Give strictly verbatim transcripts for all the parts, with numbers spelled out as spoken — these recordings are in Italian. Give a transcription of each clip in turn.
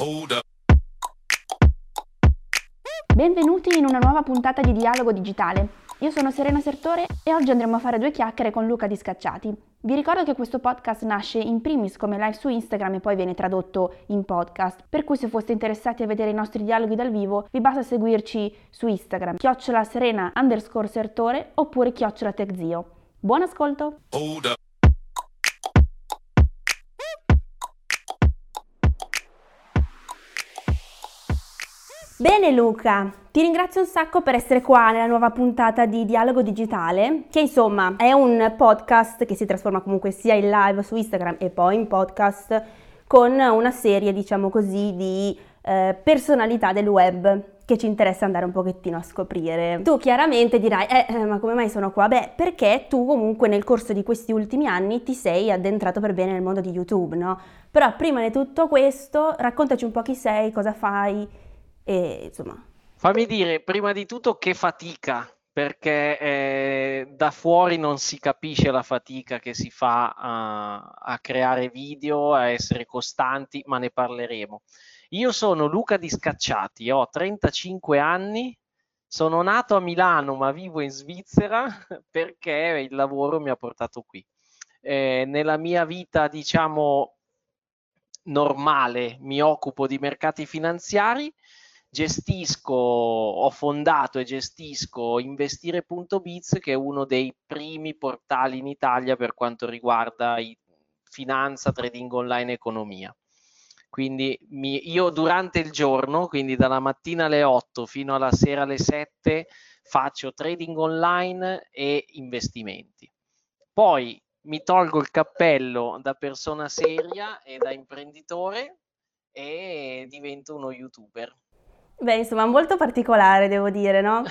Benvenuti in una nuova puntata di Dialogo Digitale. Io sono Serena Sertore e oggi andremo a fare due chiacchiere con Luca Di Scacciati. Vi ricordo che questo podcast nasce in primis come live su Instagram e poi viene tradotto in podcast, per cui se foste interessati a vedere i nostri dialoghi dal vivo vi basta seguirci su Instagram, chiocciola serena underscore sertore oppure chiocciola techzio. Buon ascolto! Bene Luca, ti ringrazio un sacco per essere qua nella nuova puntata di Dialogo Digitale, che insomma è un podcast che si trasforma comunque sia in live su Instagram e poi in podcast con una serie, diciamo così, di eh, personalità del web che ci interessa andare un pochettino a scoprire. Tu chiaramente dirai, eh, eh, ma come mai sono qua? Beh, perché tu comunque nel corso di questi ultimi anni ti sei addentrato per bene nel mondo di YouTube, no? Però prima di tutto questo, raccontaci un po' chi sei, cosa fai. E insomma, fammi dire prima di tutto che fatica, perché eh, da fuori non si capisce la fatica che si fa a, a creare video, a essere costanti, ma ne parleremo. Io sono Luca Di Scacciati, ho trentacinque anni, sono nato a Milano ma vivo in Svizzera perché il lavoro mi ha portato qui. Eh, nella mia vita, diciamo, normale mi occupo di mercati finanziari. Gestisco, ho fondato e gestisco investire punto biz, che è uno dei primi portali in Italia per quanto riguarda i, finanza, trading online, economia. Quindi mi, io durante il giorno, quindi dalla mattina alle otto fino alla sera alle sette, faccio trading online e investimenti. Poi mi tolgo il cappello da persona seria e da imprenditore e divento uno YouTuber. beh, insomma, molto particolare, devo dire, no?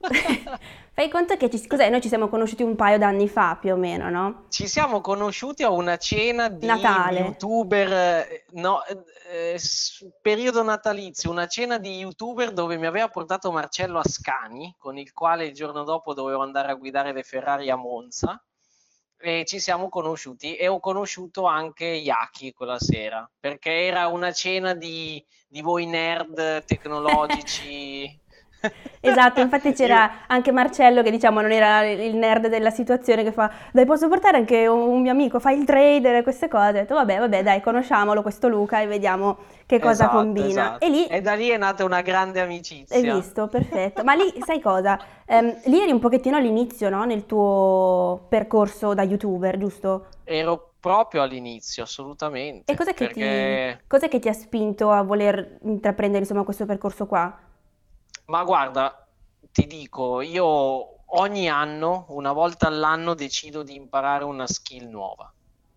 Fai conto che ci, cos'è? Noi ci siamo conosciuti un paio d'anni fa, più o meno, no? Ci siamo conosciuti a una cena di Natale. YouTuber, eh, no, eh, s- periodo natalizio, una cena di YouTuber dove mi aveva portato Marcello Ascani, con il quale il giorno dopo dovevo andare a guidare le Ferrari a Monza, e ci siamo conosciuti e ho conosciuto anche Yaki quella sera, perché era una cena di, di voi nerd tecnologici. Esatto, infatti Io- c'era anche Marcello che diciamo non era il nerd della situazione che fa, dai posso portare anche un mio amico, fa il trader e queste cose, ho detto vabbè vabbè dai conosciamolo questo Luca e vediamo che cosa Esatto, combina. esatto. E lì, E da lì è nata una grande hai amicizia. visto, perfetto, ma lì sai cosa? Ehm, lì eri un pochettino all'inizio, no? Nel tuo percorso da YouTuber, giusto? Ero proprio all'inizio, E assolutamente, cos'è che ti, perché, cos'è che ti ha spinto a voler intraprendere insomma questo percorso qua? ma guarda, ti dico, io ogni anno, una volta all'anno, decido di imparare una skill nuova.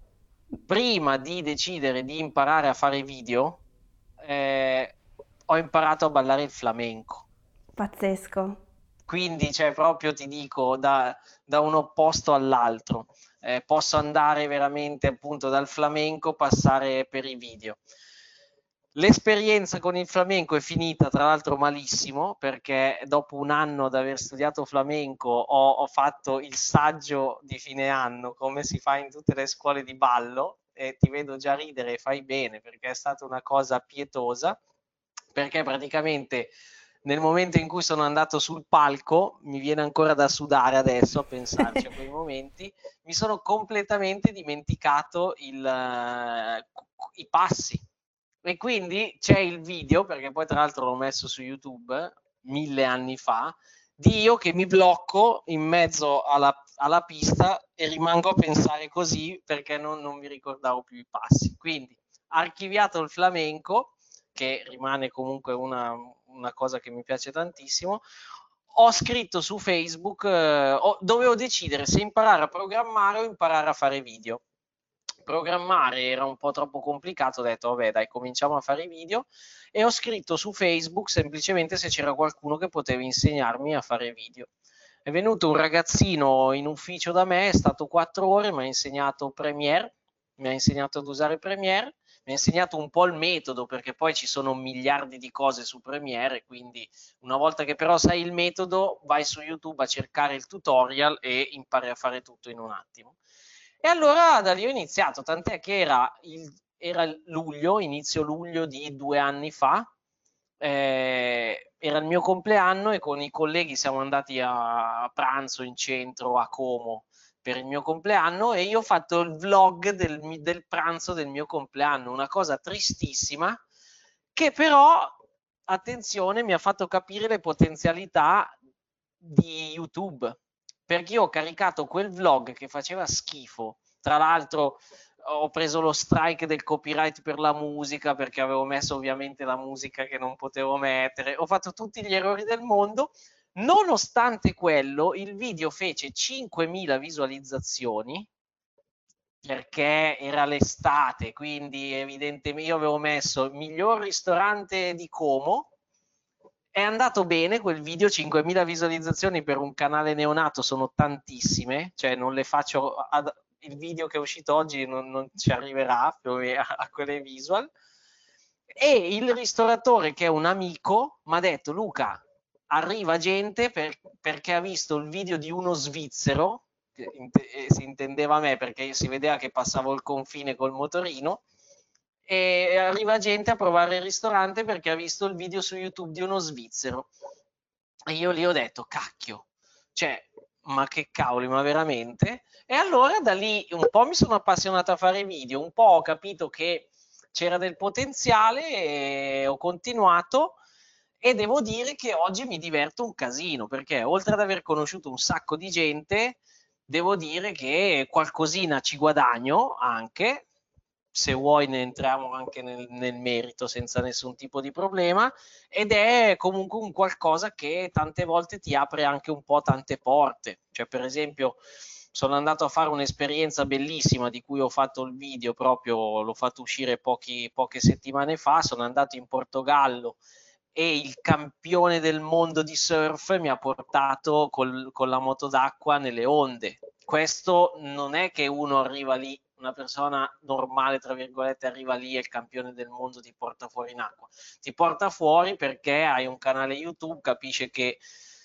Prima di decidere di imparare a fare video, eh, ho imparato a ballare il flamenco. Pazzesco. Quindi, cioè, proprio ti dico, da, da un opposto all'altro. Eh, posso andare veramente appunto dal flamenco, passare per i video. L'esperienza con il flamenco è finita tra l'altro malissimo, perché dopo un anno di aver studiato flamenco ho, ho fatto il saggio di fine anno, come si fa in tutte le scuole di ballo, e ti vedo già ridere e fai bene perché è stata una cosa pietosa, perché praticamente nel momento in cui sono andato sul palco, mi viene ancora da sudare adesso a pensarci a quei momenti, mi sono completamente dimenticato il, eh, i passi. E quindi c'è il video, perché poi tra l'altro l'ho messo su YouTube mille anni fa, di io che mi blocco in mezzo alla, alla pista e rimango a pensare così perché non, non mi ricordavo più i passi. Quindi archiviato il flamenco, che rimane comunque una, una cosa che mi piace tantissimo, ho scritto su Facebook, eh, ho, dovevo decidere se imparare a programmare o imparare a fare video. Programmare era un po' troppo complicato, ho detto vabbè dai, cominciamo a fare i video, e ho scritto su Facebook semplicemente se c'era qualcuno che poteva insegnarmi a fare video. È venuto un ragazzino in ufficio da me, è stato quattro ore, mi ha insegnato Premiere, mi ha insegnato ad usare Premiere, mi ha insegnato un po' il metodo, perché poi ci sono miliardi di cose su Premiere, quindi una volta che però sai il metodo, vai su YouTube a cercare il tutorial e impari a fare tutto in un attimo. E allora da lì ho iniziato, tant'è che era il, era luglio, inizio luglio di due anni fa, eh, era il mio compleanno e con i colleghi siamo andati a pranzo in centro a Como per il mio compleanno e io ho fatto il vlog del, del pranzo del mio compleanno, una cosa tristissima che però, attenzione, mi ha fatto capire le potenzialità di YouTube, perché io ho caricato quel vlog che faceva schifo, tra l'altro ho preso lo strike del copyright per la musica perché avevo messo ovviamente la musica che non potevo mettere, ho fatto tutti gli errori del mondo. Nonostante quello, il video fece cinquemila visualizzazioni perché era l'estate, quindi evidentemente io avevo messo il miglior ristorante di Como. È andato bene quel video, cinquemila visualizzazioni per un canale neonato sono tantissime, cioè non le faccio ad, il video che è uscito oggi non, non ci arriverà più o meno a, a quelle visual. E il ristoratore, che è un amico, mi ha detto: Luca, arriva gente per, perché ha visto il video di uno svizzero, che eh, si intendeva me perché si vedeva che passavo il confine col motorino, e arriva gente a provare il ristorante perché ha visto il video su YouTube di uno svizzero. E io lì ho detto: cacchio, cioè, ma che cavoli, ma veramente? E allora da lì un po' mi sono appassionato a fare video, un po' ho capito che c'era del potenziale e ho continuato, e devo dire che oggi mi diverto un casino perché oltre ad aver conosciuto un sacco di gente, devo dire che qualcosina ci guadagno anche, se vuoi ne entriamo anche nel, nel merito senza nessun tipo di problema, ed è comunque un qualcosa che tante volte ti apre anche un po' tante porte. Cioè, per esempio, sono andato a fare un'esperienza bellissima di cui ho fatto il video, proprio l'ho fatto uscire pochi, poche settimane fa. Sono andato in Portogallo e il campione del mondo di surf mi ha portato col, con la moto d'acqua nelle onde. Questo non è che uno arriva lì, una persona normale, tra virgolette, arriva lì e il campione del mondo ti porta fuori in acqua. Ti porta fuori perché hai un canale YouTube, capisce che,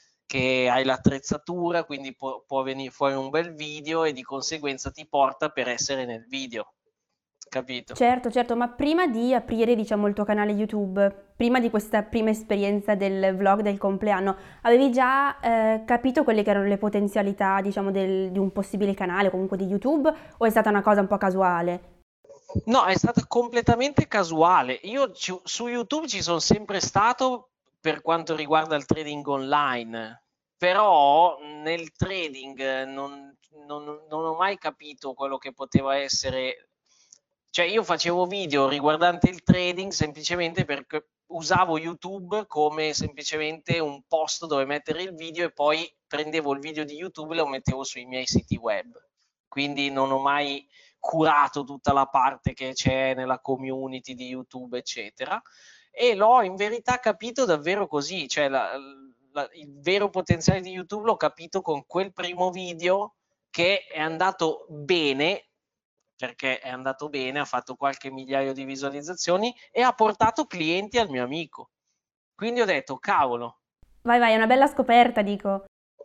che hai l'attrezzatura, quindi può, può venire fuori un bel video e di conseguenza ti porta per essere nel video. Capito? Certo, certo, ma prima di aprire, diciamo, il tuo canale YouTube, prima di questa prima esperienza del vlog del compleanno, avevi già eh, capito quelle che erano le potenzialità, diciamo, del- di un possibile canale, comunque di YouTube, o è stata una cosa un po' casuale? No, è stata completamente casuale. Io ci- su YouTube ci sono sempre stato per quanto riguarda il trading online, però nel trading eh, non, non- non ho mai capito quello che poteva essere. Cioè, io facevo video riguardanti il trading semplicemente perché usavo YouTube come semplicemente un posto dove mettere il video e poi prendevo il video di YouTube e lo mettevo sui miei siti web. Quindi non ho mai curato tutta la parte che c'è nella community di YouTube, eccetera. E l'ho in verità capito davvero così, cioè la, la, il vero potenziale di YouTube l'ho capito con quel primo video che è andato bene, perché è andato bene, ha fatto qualche migliaio di visualizzazioni e ha portato clienti al mio amico. Quindi ho detto, cavolo, Vai, vai, è una bella scoperta, dico.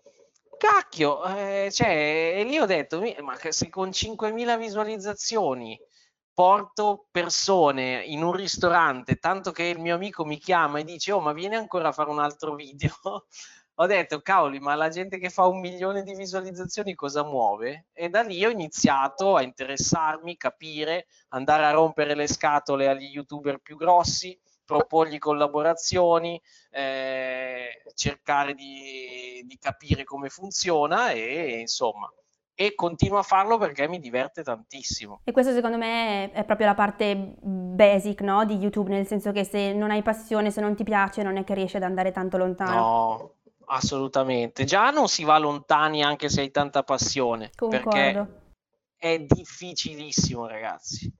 cacchio, eh, cioè, e lì ho detto, mi- ma che se con cinquemila visualizzazioni porto persone in un ristorante, tanto che il mio amico mi chiama e dice, oh, ma vieni ancora a fare un altro video? Ho detto, cavoli, ma la gente che fa un milione di visualizzazioni cosa muove? E da lì ho iniziato a interessarmi, capire, andare a rompere le scatole agli YouTuber più grossi, proporgli collaborazioni, eh, cercare di, di capire come funziona e insomma, e continuo a farlo perché mi diverte tantissimo. E questo secondo me è, è proprio la parte basic, no, di YouTube, nel senso che se non hai passione, se non ti piace, non è che riesci ad andare tanto lontano. No, assolutamente. Già non si va lontani anche se hai tanta passione, Concordo. perché è difficilissimo, ragazzi.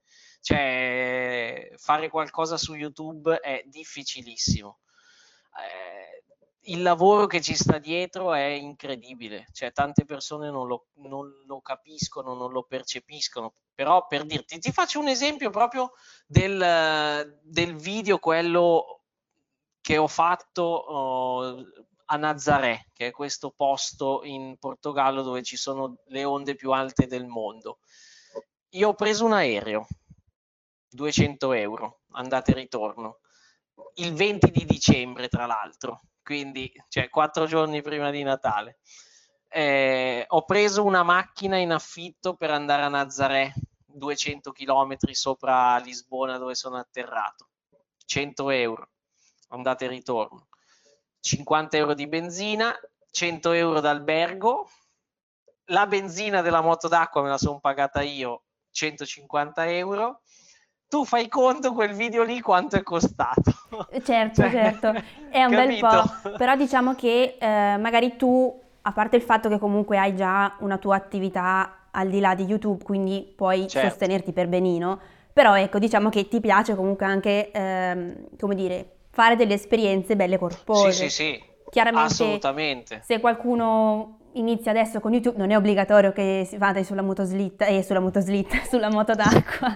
Cioè, fare qualcosa su YouTube è difficilissimo. Eh, il lavoro che ci sta dietro è incredibile. Cioè, tante persone non lo, non lo capiscono, non lo percepiscono. Però, per dirti, ti faccio un esempio proprio del, del video, quello che ho fatto oh, a Nazaré, che è questo posto in Portogallo dove ci sono le onde più alte del mondo. Io ho preso un aereo, duecento euro, andate e ritorno, il venti di dicembre tra l'altro, quindi cioè quattro giorni prima di Natale. Eh, ho preso una macchina in affitto per andare a Nazaré, duecento chilometri sopra Lisbona dove sono atterrato, cento euro, andate e ritorno, cinquanta euro di benzina, cento euro d'albergo, la benzina della moto d'acqua me la sono pagata io, centocinquanta euro. Tu fai conto quel video lì quanto è costato. Certo, Cioè, certo, è un bel capito? po', però diciamo che eh, magari tu, a parte il fatto che comunque hai già una tua attività al di là di YouTube, quindi puoi Certo. sostenerti per benino, però ecco, diciamo che ti piace comunque anche, ehm, come dire, fare delle esperienze belle Sì, sì, corpose. sì, Chiaramente assolutamente. se qualcuno inizia adesso con YouTube non è obbligatorio che si vada sulla motoslitta, eh, sulla motoslitta, sulla moto d'acqua.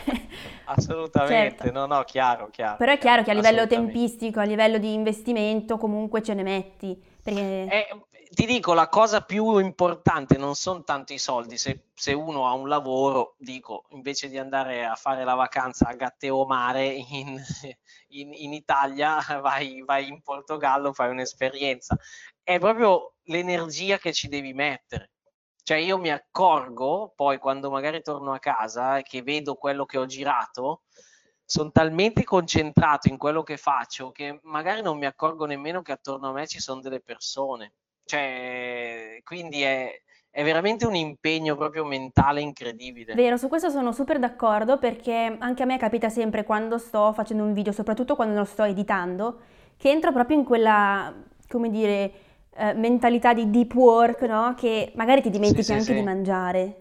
Certo. Assolutamente, no, no, chiaro, chiaro, Però è chiaro, chiaro che a livello assolutamente. tempistico, a livello di investimento, comunque ce ne metti, perché Eh, ti dico, la cosa più importante non sono tanto i soldi, se, se uno ha un lavoro, dico, invece di andare a fare la vacanza a Gatteomare in, in, in Italia, vai, vai in Portogallo, fai un'esperienza. È proprio l'energia che ci devi mettere. Cioè io mi accorgo, poi quando magari torno a casa e che vedo quello che ho girato, sono talmente concentrato in quello che faccio che magari non mi accorgo nemmeno che attorno a me ci sono delle persone. Cioè, quindi è, è veramente un impegno proprio mentale incredibile. vero, su questo sono super d'accordo perché anche a me capita sempre quando sto facendo un video, soprattutto quando lo sto editando, che entro proprio in quella, come dire, eh, mentalità di deep work, no? Che magari ti Sì, dimentichi sì, anche di sì. mangiare.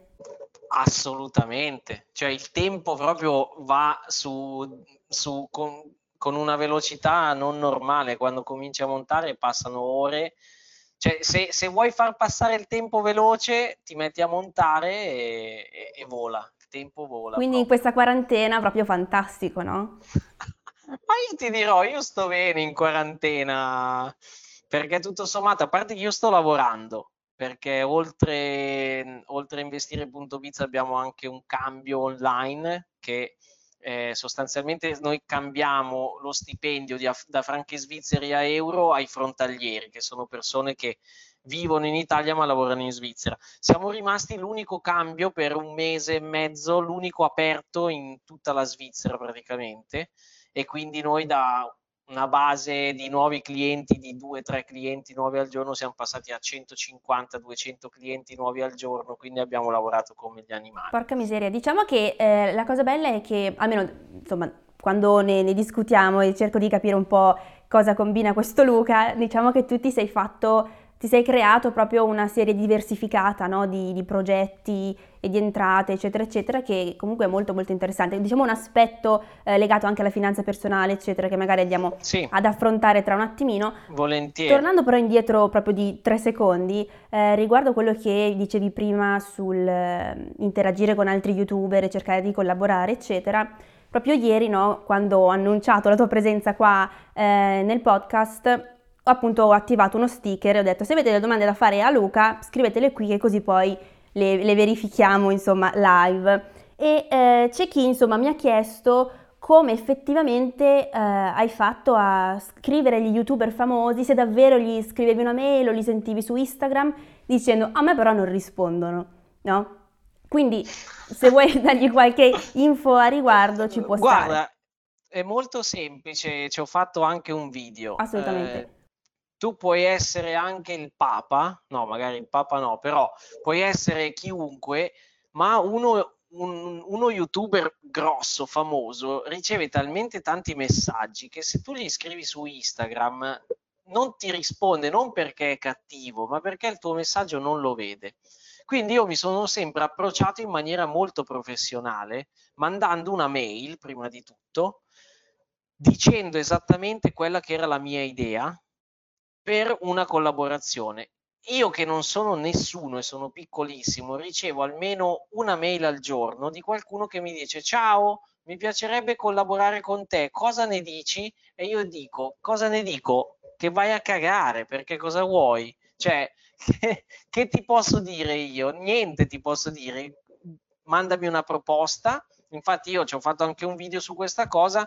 Assolutamente, cioè il tempo proprio va su, su con, con una velocità non normale, quando cominci a montare passano ore, cioè se, se vuoi far passare il tempo veloce ti metti a montare e, e- e vola, il tempo vola Quindi in proprio. questa quarantena proprio fantastico, no? Ma io ti dirò, io sto bene in quarantena, perché tutto sommato, a parte che io sto lavorando, perché oltre, oltre a investire.biz abbiamo anche un cambio online che eh, sostanzialmente noi cambiamo lo stipendio di, da franchi svizzeri a euro ai frontalieri, che sono persone che vivono in Italia ma lavorano in Svizzera. Siamo rimasti l'unico cambio per un mese e mezzo, l'unico aperto in tutta la Svizzera praticamente, e quindi noi da una base di nuovi clienti, di due tre clienti nuovi al giorno, siamo passati a centocinquanta duecento clienti nuovi al giorno, quindi abbiamo lavorato come gli animali. Porca miseria, diciamo che eh, la cosa bella è che, almeno insomma, quando ne, ne discutiamo e cerco di capire un po' cosa combina questo Luca, diciamo che tu ti sei fatto, ti sei creato proprio una serie diversificata, no? di, di progetti e di entrate, eccetera, eccetera, che comunque è molto molto interessante. Diciamo un aspetto eh, legato anche alla finanza personale, eccetera, che magari andiamo Sì, ad affrontare tra un attimino. volentieri. Tornando però indietro proprio di tre secondi, eh, riguardo quello che dicevi prima sul eh, interagire con altri youtuber e cercare di collaborare, eccetera, proprio ieri, no, quando ho annunciato la tua presenza qua eh, nel podcast, ho appunto attivato uno sticker e ho detto se avete delle domande da fare a Luca, scrivetele qui che così poi le, le verifichiamo, insomma, live. E eh, c'è chi, insomma, mi ha chiesto come effettivamente eh, hai fatto a scrivere agli youtuber famosi, se davvero gli scrivevi una mail o li sentivi su Instagram dicendo a me però non rispondono, no? Quindi se vuoi dargli qualche info a riguardo ci può stare, Guarda, è molto semplice, ci ho fatto anche un video. assolutamente. Eh, tu puoi essere anche il Papa, no, magari il Papa no, però puoi essere chiunque, ma uno, un- uno youtuber grosso, famoso, riceve talmente tanti messaggi che se tu gli scrivi su Instagram non ti risponde, non perché è cattivo, ma perché il tuo messaggio non lo vede. Quindi io mi sono sempre approcciato in maniera molto professionale, mandando una mail prima di tutto, dicendo esattamente quella che era la mia idea per una collaborazione. Io che non sono nessuno e sono piccolissimo, ricevo almeno una mail al giorno di qualcuno che mi dice ciao, mi piacerebbe collaborare con te, cosa ne dici? E io dico, cosa ne dico? Che vai a cagare, perché cosa vuoi? Cioè, che, che ti posso dire io? Niente ti posso dire. Mandami una proposta Infatti io ci ho fatto anche un video su questa cosa.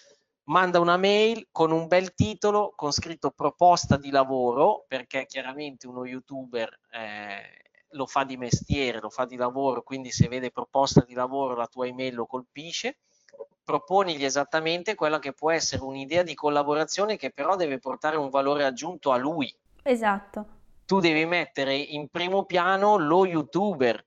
Manda una mail con un bel titolo, con scritto proposta di lavoro, perché chiaramente uno youtuber eh, lo fa di mestiere, lo fa di lavoro, quindi se vede proposta di lavoro la tua email lo colpisce. Proponigli esattamente quella che può essere un'idea di collaborazione che però deve portare un valore aggiunto a lui. Esatto. Tu devi mettere in primo piano lo youtuber,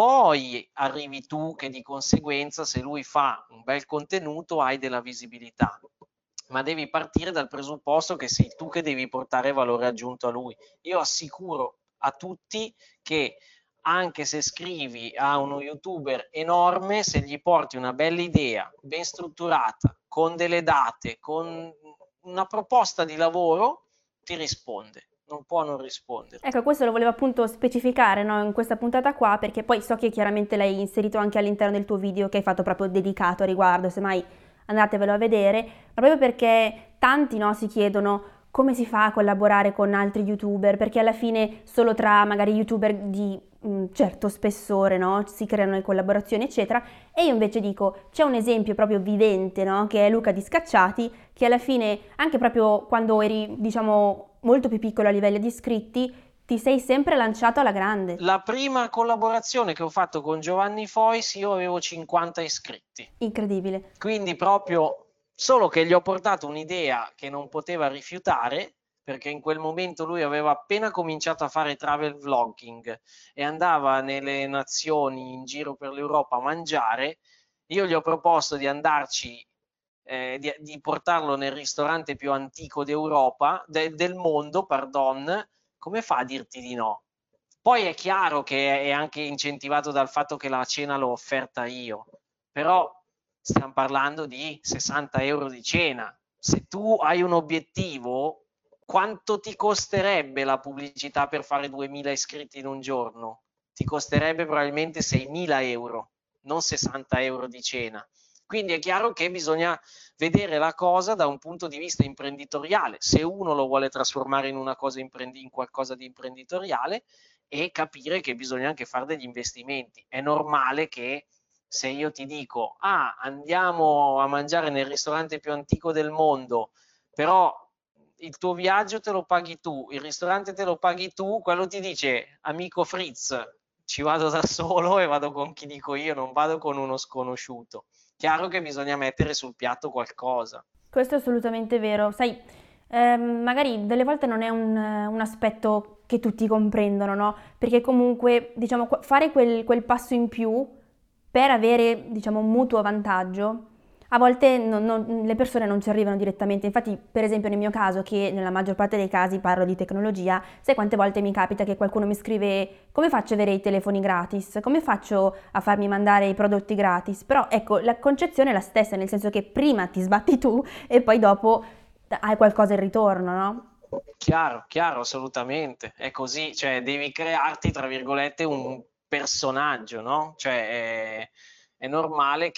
poi arrivi tu che di conseguenza se lui fa un bel contenuto hai della visibilità, ma devi partire dal presupposto che sei tu che devi portare valore aggiunto a lui. Io assicuro a tutti che anche se scrivi a uno youtuber enorme, se gli porti una bella idea, ben strutturata, con delle date, con una proposta di lavoro, ti risponde. Non può non rispondere. Ecco, questo lo volevo appunto specificare, no, in questa puntata qua, perché poi so che chiaramente l'hai inserito anche all'interno del tuo video che hai fatto proprio dedicato a riguardo, semmai andatevelo a vedere, ma proprio perché tanti, no, si chiedono come si fa a collaborare con altri youtuber, perché alla fine solo tra magari youtuber di un certo spessore, no, si creano le collaborazioni, eccetera, e io invece dico, c'è un esempio proprio vivente, no, che è Luca di Scacciati, che alla fine, anche proprio quando eri, diciamo, molto più piccolo a livello di iscritti, ti sei sempre lanciato alla grande. La prima collaborazione che ho fatto con Giovanni Fois io avevo cinquanta iscritti. Incredibile. Quindi proprio solo che gli ho portato un'idea che non poteva rifiutare, perché in quel momento lui aveva appena cominciato a fare travel vlogging e andava nelle nazioni in giro per l'Europa a mangiare. Io gli ho proposto di andarci Eh, di, di portarlo nel ristorante più antico d'Europa, de, del mondo, pardon, come fa a dirti di no? Poi è chiaro che è anche incentivato dal fatto che la cena l'ho offerta io, però stiamo parlando di sessanta euro di cena. Se tu hai un obiettivo, quanto ti costerebbe la pubblicità per fare duemila iscritti in un giorno? Ti costerebbe probabilmente seimila euro, non sessanta euro di cena. Quindi è chiaro che bisogna vedere la cosa da un punto di vista imprenditoriale, se uno lo vuole trasformare in una cosa imprendi- in qualcosa di imprenditoriale, e capire che bisogna anche fare degli investimenti. È normale che se io ti dico ah, andiamo a mangiare nel ristorante più antico del mondo, però il tuo viaggio te lo paghi tu, il ristorante te lo paghi tu, quello ti dice amico Fritz, ci vado da solo e vado con chi dico io, non vado con uno sconosciuto. Chiaro che bisogna mettere sul piatto qualcosa. Questo è assolutamente vero. Sai, ehm, magari delle volte non è un, un aspetto che tutti comprendono, no? Perché comunque, diciamo, qu- fare quel, quel passo in più per avere, diciamo, un mutuo vantaggio, a volte non- non- le persone non ci arrivano direttamente. Infatti, per esempio, nel mio caso, che nella maggior parte dei casi parlo di tecnologia, sai quante volte mi capita che qualcuno mi scrive come faccio ad avere i telefoni gratis? Come faccio a farmi mandare i prodotti gratis? Però ecco, la concezione è la stessa, nel senso che prima ti sbatti tu e poi dopo hai qualcosa in ritorno, no? Chiaro, chiaro, assolutamente. È così, cioè devi crearti, tra virgolette, un personaggio, no? Cioè è, è normale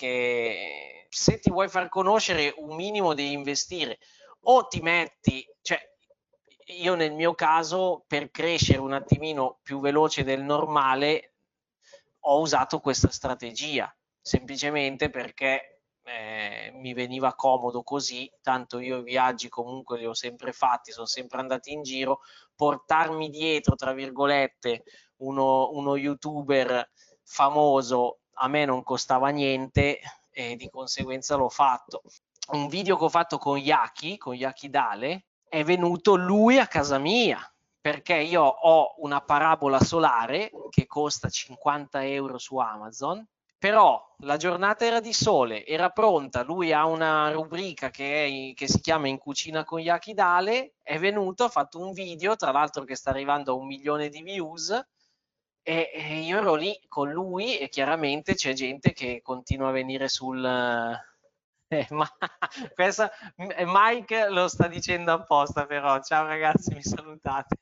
che se ti vuoi far conoscere un minimo devi investire o ti metti, cioè io nel mio caso per crescere un attimino più veloce del normale ho usato questa strategia, semplicemente perché eh, mi veniva comodo così, tanto io i viaggi comunque li ho sempre fatti, sono sempre andati in giro, portarmi dietro, tra virgolette, uno, uno youtuber famoso a me non costava niente e di conseguenza l'ho fatto. Un video che ho fatto con Yaki, con Yaki Dale, è venuto lui a casa mia, perché io ho una parabola solare che costa cinquanta euro su Amazon, però la giornata era di sole, era pronta, lui ha una rubrica che, è, che si chiama In cucina con Yaki Dale, è venuto, ha fatto un video, tra l'altro che sta arrivando a un milione di views, e, e io ero lì con lui e chiaramente c'è gente che continua a venire sul... Eh, ma questa, Mike lo sta dicendo apposta, però ciao ragazzi, mi salutate.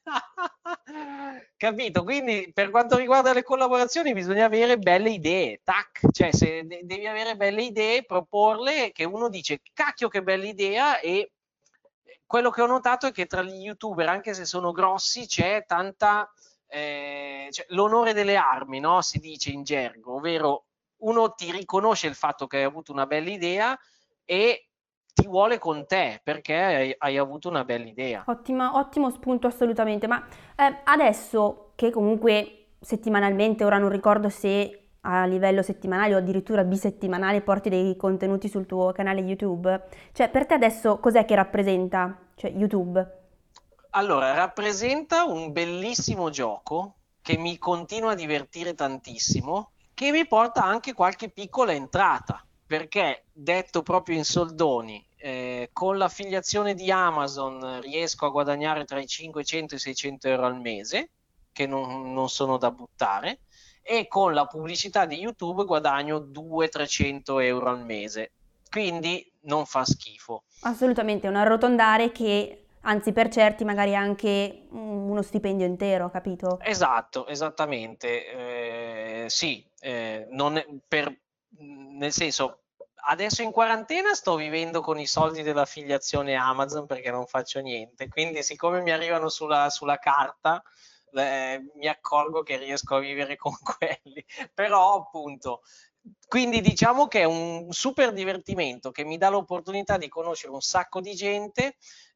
Capito? Quindi per quanto riguarda le collaborazioni bisogna avere belle idee, tac, cioè se de- devi avere belle idee, proporle, che uno dice cacchio che bella idea, e quello che ho notato è che tra gli youtuber, anche se sono grossi, c'è tanta eh, cioè, l'onore delle armi, no? Si dice in gergo, ovvero uno ti riconosce il fatto che hai avuto una bella idea e ti vuole con te perché hai, hai avuto una bella idea. Ottima, ottimo spunto assolutamente, ma eh, adesso che comunque settimanalmente, ora non ricordo se a livello settimanale o addirittura bisettimanale porti dei contenuti sul tuo canale YouTube, cioè per te adesso cos'è che rappresenta, cioè YouTube? Allora, rappresenta un bellissimo gioco che mi continua a divertire tantissimo, che mi porta anche qualche piccola entrata, perché detto proprio in soldoni, eh, con l'affiliazione di Amazon riesco a guadagnare tra i cinquecento e i seicento euro al mese, che non, non sono da buttare, e con la pubblicità di YouTube guadagno duecento-trecento euro al mese, quindi non fa schifo. Assolutamente, un arrotondare che, anzi per certi magari anche mm, uno stipendio intero, capito? Esatto, esattamente. Eh, sì, eh, non è- per, nel senso, adesso in quarantena sto vivendo con i soldi dell'affiliazione Amazon perché non faccio niente, quindi siccome mi arrivano sulla, sulla carta, eh, mi accorgo che riesco a vivere con quelli, però appunto, quindi diciamo che è un super divertimento che mi dà l'opportunità di conoscere un sacco di gente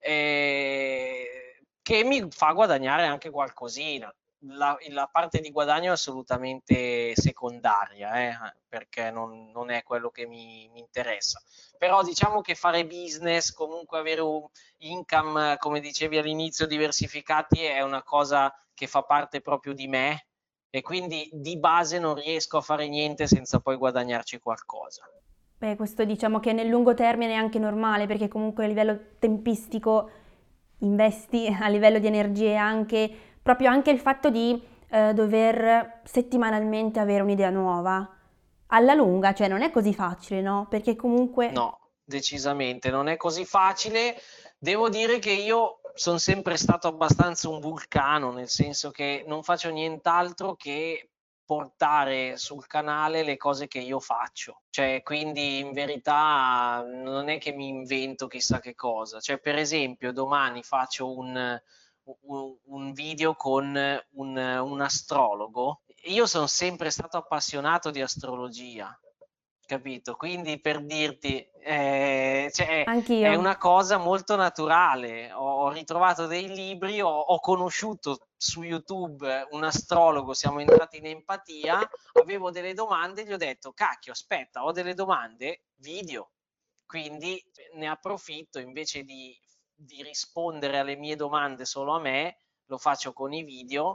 eh, che mi fa guadagnare anche qualcosina. La, la parte di guadagno è assolutamente secondaria, eh, perché non, non è quello che mi, mi interessa. Però diciamo che fare business, comunque avere un income, come dicevi all'inizio, diversificati, è una cosa che fa parte proprio di me e quindi di base non riesco a fare niente senza poi guadagnarci qualcosa. Beh, questo diciamo che nel lungo termine è anche normale perché comunque a livello tempistico investi, a livello di energie anche, proprio anche il fatto di eh, dover settimanalmente avere un'idea nuova. Alla lunga, cioè non è così facile, no? Perché comunque No, decisamente non è così facile. Devo dire che io sono sempre stato abbastanza un vulcano, nel senso che non faccio nient'altro che portare sul canale le cose che io faccio. Cioè, quindi in verità non è che mi invento chissà che cosa. Cioè, per esempio, domani faccio un, un, un video con un, un astrologo. Io sono sempre stato appassionato di astrologia, capito? Quindi per dirti, eh, cioè, è anch'io. una cosa molto naturale. Ho, ho ritrovato dei libri, ho, ho conosciuto su YouTube un astrologo, siamo entrati in empatia, avevo delle domande, gli ho detto, cacchio, aspetta, ho delle domande, video. Quindi ne approfitto invece di, di rispondere alle mie domande solo a me, lo faccio con i video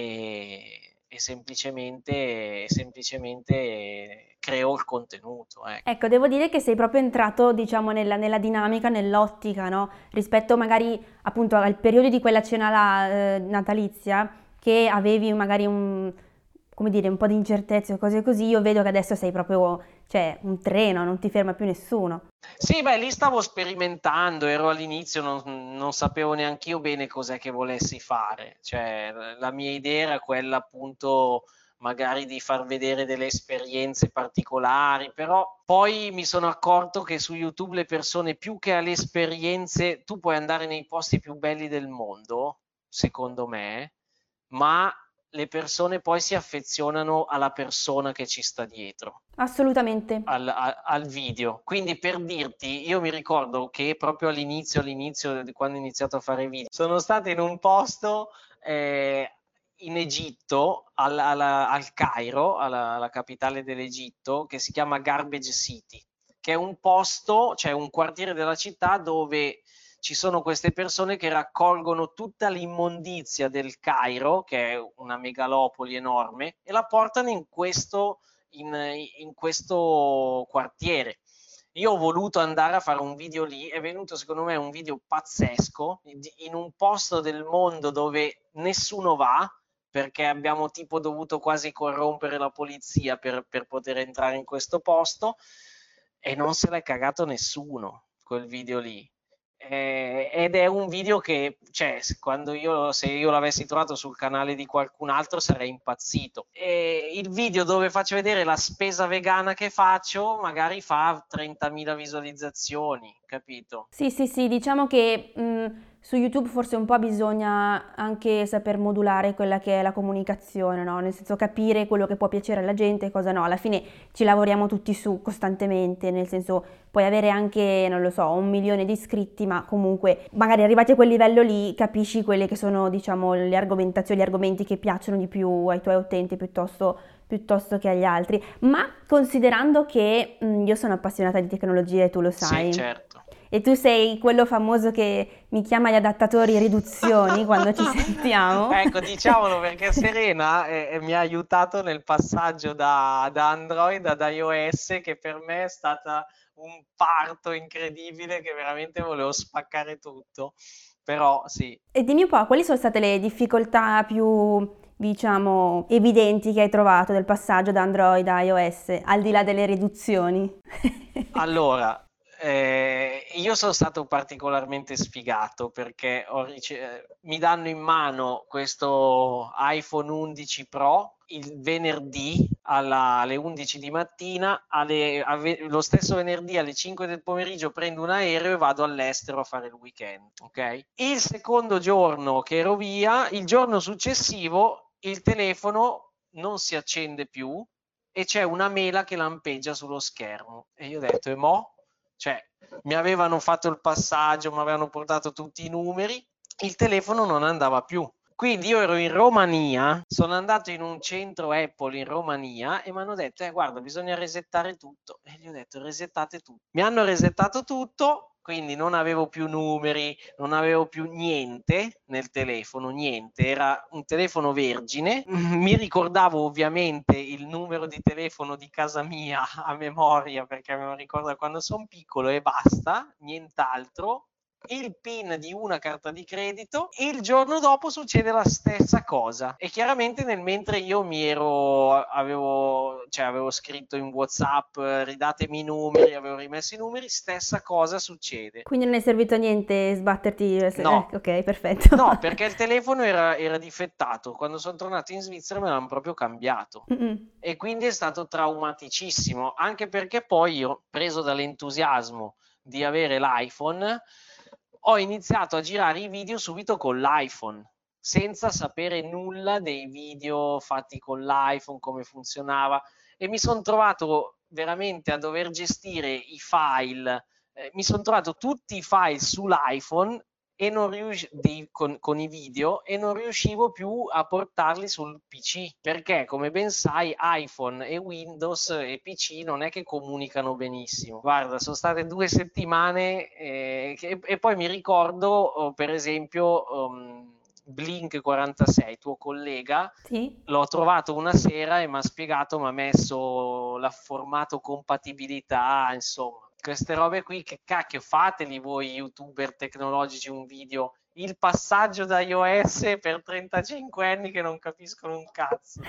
e, e semplicemente, semplicemente creo il contenuto. Ecco. Ecco, devo dire che sei proprio entrato, diciamo, nella, nella dinamica, nell'ottica, no? Rispetto magari appunto al periodo di quella cena là, eh, natalizia, che avevi magari un, come dire, un po' di incertezze o cose così, io vedo che adesso sei proprio, cioè, un treno, non ti ferma più nessuno. Sì, beh, lì stavo sperimentando, ero all'inizio, non, non sapevo neanche io bene cos'è che volessi fare. Cioè, la mia idea era quella appunto magari di far vedere delle esperienze particolari, però poi mi sono accorto che su YouTube le persone più che alle esperienze, tu puoi andare nei posti più belli del mondo, secondo me, ma le persone poi si affezionano alla persona che ci sta dietro Assolutamente. al, a- al video. Quindi per dirti, io mi ricordo che proprio all'inizio, all'inizio di quando ho iniziato a fare video, sono stato in un posto eh, in Egitto, al, alla- al Cairo, alla, alla capitale dell'Egitto, che si chiama Garbage City, che è un posto, cioè un quartiere della città dove ci sono queste persone che raccolgono tutta l'immondizia del Cairo, che è una megalopoli enorme, e la portano in questo in, in questo quartiere. Io ho voluto andare a fare un video lì, è venuto secondo me un video pazzesco, in un posto del mondo dove nessuno va, perché abbiamo tipo dovuto quasi corrompere la polizia per, per poter entrare in questo posto e non se l'è cagato nessuno quel video lì. Eh, ed è un video che, cioè, quando io, se io l'avessi trovato sul canale di qualcun altro sarei impazzito. E il video dove faccio vedere la spesa vegana che faccio magari fa trentamila visualizzazioni, capito? Sì, sì, sì, diciamo che mh, su YouTube forse un po' bisogna anche saper modulare quella che è la comunicazione, no? Nel senso capire quello che può piacere alla gente e cosa no. Alla fine ci lavoriamo tutti su costantemente, nel senso puoi avere anche, non lo so, un milione di iscritti, ma comunque magari arrivati a quel livello lì capisci quelle che sono, diciamo, le argomentazioni, gli argomenti che piacciono di più ai tuoi utenti piuttosto piuttosto che agli altri. Ma considerando che mh, io sono appassionata di tecnologia e tu lo sai. Sì, certo. E tu sei quello famoso che mi chiama gli adattatori riduzioni quando ci sentiamo. Ecco, diciamolo perché Serena eh, mi ha aiutato nel passaggio da, da Android ad iOS, che per me è stata un parto incredibile, che veramente volevo spaccare tutto. Però sì. E dimmi un po', quali sono state le difficoltà più, diciamo, evidenti che hai trovato del passaggio da Android a iOS, al di là delle riduzioni? Allora, eh, io sono stato particolarmente sfigato perché ho rice- mi danno in mano questo iPhone undici Pro il venerdì alla- alle undici di mattina, alle- ave- lo stesso venerdì alle cinque del pomeriggio prendo un aereo e vado all'estero a fare il weekend, ok? Il secondo giorno che ero via, il giorno successivo, il telefono non si accende più e c'è una mela che lampeggia sullo schermo e io ho detto, e mo'? Cioè, mi avevano fatto il passaggio, mi avevano portato tutti i numeri, il telefono non andava più. Quindi io ero in Romania, sono andato in un centro Apple in Romania e mi hanno detto, eh guarda, bisogna resettare tutto. E gli ho detto, resettate tutto. Mi hanno resettato tutto, quindi non avevo più numeri, non avevo più niente nel telefono, niente. Era un telefono vergine. Mi ricordavo ovviamente il numero di telefono di casa mia a memoria, perché me lo ricordo da quando sono piccolo e basta, nient'altro. Il PIN di una carta di credito e il giorno dopo succede la stessa cosa e chiaramente nel mentre io mi ero avevo, cioè avevo scritto in WhatsApp ridatemi i numeri, avevo rimesso i numeri, stessa cosa succede. Quindi non è servito a niente sbatterti? No. Eh, ok, perfetto. No, perché il telefono era, era difettato. Quando sono tornato in Svizzera me l'hanno proprio cambiato. Mm-mm. E quindi è stato traumaticissimo, anche perché poi io, preso dall'entusiasmo di avere l'iPhone, ho iniziato a girare i video subito con l'iPhone, senza sapere nulla dei video fatti con l'iPhone, come funzionava, e mi sono trovato veramente a dover gestire i file, eh, mi sono trovato tutti i file sull'iPhone e non rius- di, con, con i video e non riuscivo più a portarli sul P C perché come ben sai iPhone e Windows e P C non è che comunicano benissimo. Guarda, sono state due settimane eh, che, e poi mi ricordo oh, per esempio um, Blink quarantasei, tuo collega, Sì? l'ho trovato una sera e mi ha spiegato, mi ha messo la formato compatibilità, insomma. Queste robe qui, che cacchio fateli voi youtuber tecnologici un video, il passaggio da iOS per trentacinque anni che non capiscono un cazzo.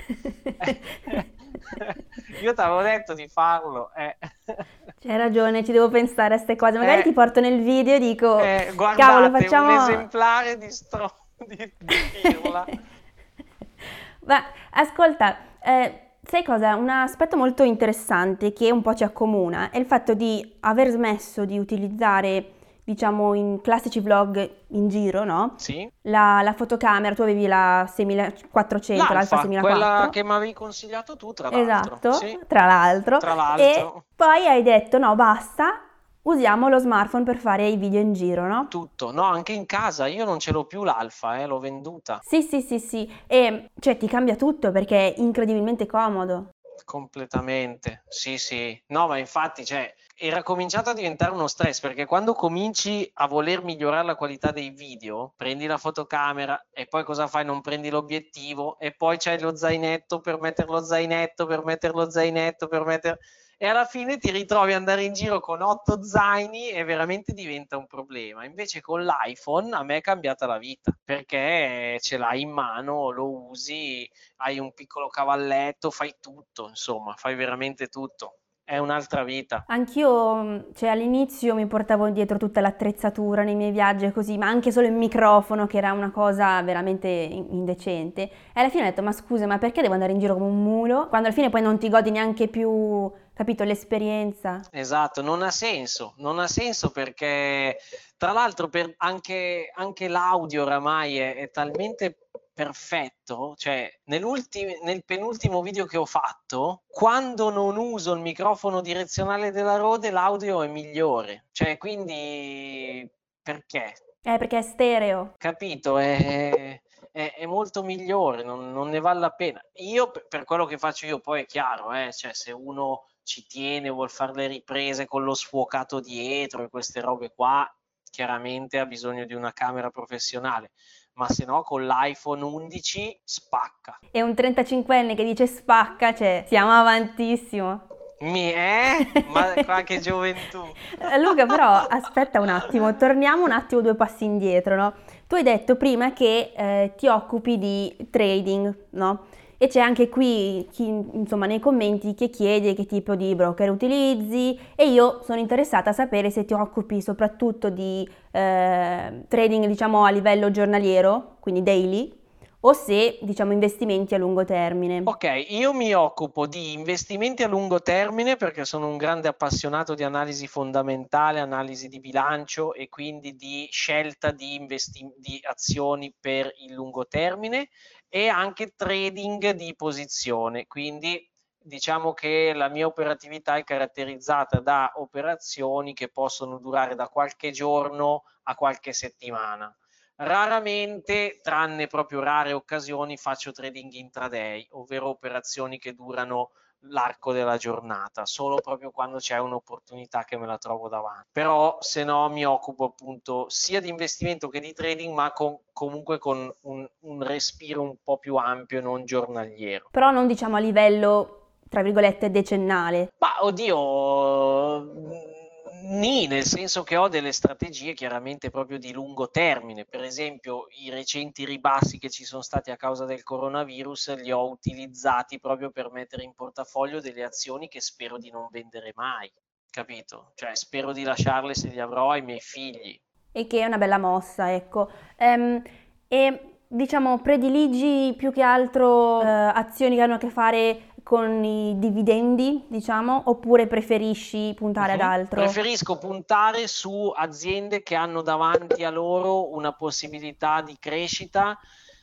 Io ti avevo detto di farlo. Eh. C'hai ragione, ci devo pensare a queste cose. Magari Eh, ti porto nel video e dico, eh, guardate, cavolo, facciamo... un esemplare di stro di, di pirla. Ma ascolta, eh, sai cosa? Un aspetto molto interessante che un po' ci accomuna è il fatto di aver smesso di utilizzare, diciamo, in classici vlog in giro, no? Sì. La, la fotocamera, tu avevi la seimilaquattrocento, l'Alfa L'Alfa, seimilaquattro. quella che mi avevi consigliato tu, tra l'altro. Esatto, Sì. tra l'altro. Tra E l'altro. poi hai detto no, basta, usiamo lo smartphone per fare i video in giro, no? Tutto, no, anche in casa, io non ce l'ho più l'Alfa, eh, l'ho venduta. Sì, sì, sì, sì, e cioè ti cambia tutto perché è incredibilmente comodo. Completamente, sì, sì. No, ma infatti, cioè, era cominciato a diventare uno stress perché quando cominci a voler migliorare la qualità dei video, prendi la fotocamera e poi cosa fai? Non prendi l'obiettivo e poi c'hai lo zainetto per mettere lo zainetto, per mettere lo zainetto, per mettere... E alla fine ti ritrovi ad andare in giro con otto zaini e veramente diventa un problema. Invece con l'iPhone a me è cambiata la vita perché ce l'hai in mano, lo usi, hai un piccolo cavalletto, fai tutto, insomma, fai veramente tutto. È un'altra vita. Anch'io, cioè all'inizio mi portavo dietro tutta l'attrezzatura nei miei viaggi e così, ma anche solo il microfono che era una cosa veramente indecente. E alla fine ho detto, ma scusa, ma perché devo andare in giro come un mulo? Quando alla fine poi non ti godi neanche più, capito, l'esperienza. Esatto, non ha senso, non ha senso perché tra l'altro per anche, anche l'audio oramai è, è talmente perfetto, cioè nell'ultimo, nel penultimo video che ho fatto, quando non uso il microfono direzionale della Rode, l'audio è migliore, cioè quindi perché? Eh, perché è stereo. Capito? È, è- è molto migliore, non, non ne vale la pena. Io, per per quello che faccio io, poi è chiaro, eh, cioè se uno ci tiene, vuol fare le riprese con lo sfuocato dietro e queste robe qua, chiaramente ha bisogno di una camera professionale, ma se no con l'iPhone undici spacca. E un trentacinquenne che dice spacca, cioè siamo avantissimo. Mi è? Ma qua che gioventù! Luca, però aspetta un attimo, torniamo un attimo due passi indietro, no? Tu hai detto prima che eh, ti occupi di trading, no? E c'è anche qui, chi, insomma, nei commenti che chiede che tipo di broker utilizzi e io sono interessata a sapere se ti occupi soprattutto di eh, trading, diciamo, a livello giornaliero, quindi daily, o se, diciamo, investimenti a lungo termine. Ok, io mi occupo di investimenti a lungo termine perché sono un grande appassionato di analisi fondamentale, analisi di bilancio e quindi di scelta di, investi- di azioni per il lungo termine e anche trading di posizione. Quindi diciamo che la mia operatività è caratterizzata da operazioni che possono durare da qualche giorno a qualche settimana. Raramente, tranne proprio rare occasioni, faccio trading intraday, ovvero operazioni che durano l'arco della giornata, solo proprio quando c'è un'opportunità che me la trovo davanti. Però se no mi occupo appunto sia di investimento che di trading, ma con, comunque con un, un respiro un po' più ampio e non giornaliero. Però non diciamo a livello, tra virgolette, decennale. Ma oddio, nì, nel senso che ho delle strategie chiaramente proprio di lungo termine. Per esempio, i recenti ribassi che ci sono stati a causa del coronavirus li ho utilizzati proprio per mettere in portafoglio delle azioni che spero di non vendere mai, capito? Cioè, spero di lasciarle se li avrò ai miei figli. E che è una bella mossa, ecco. Ehm, e diciamo, prediligi più che altro eh, azioni che hanno a che fare con i dividendi, diciamo, oppure preferisci puntare ad Mhm. altro? Preferisco puntare su aziende che hanno davanti a loro una possibilità di crescita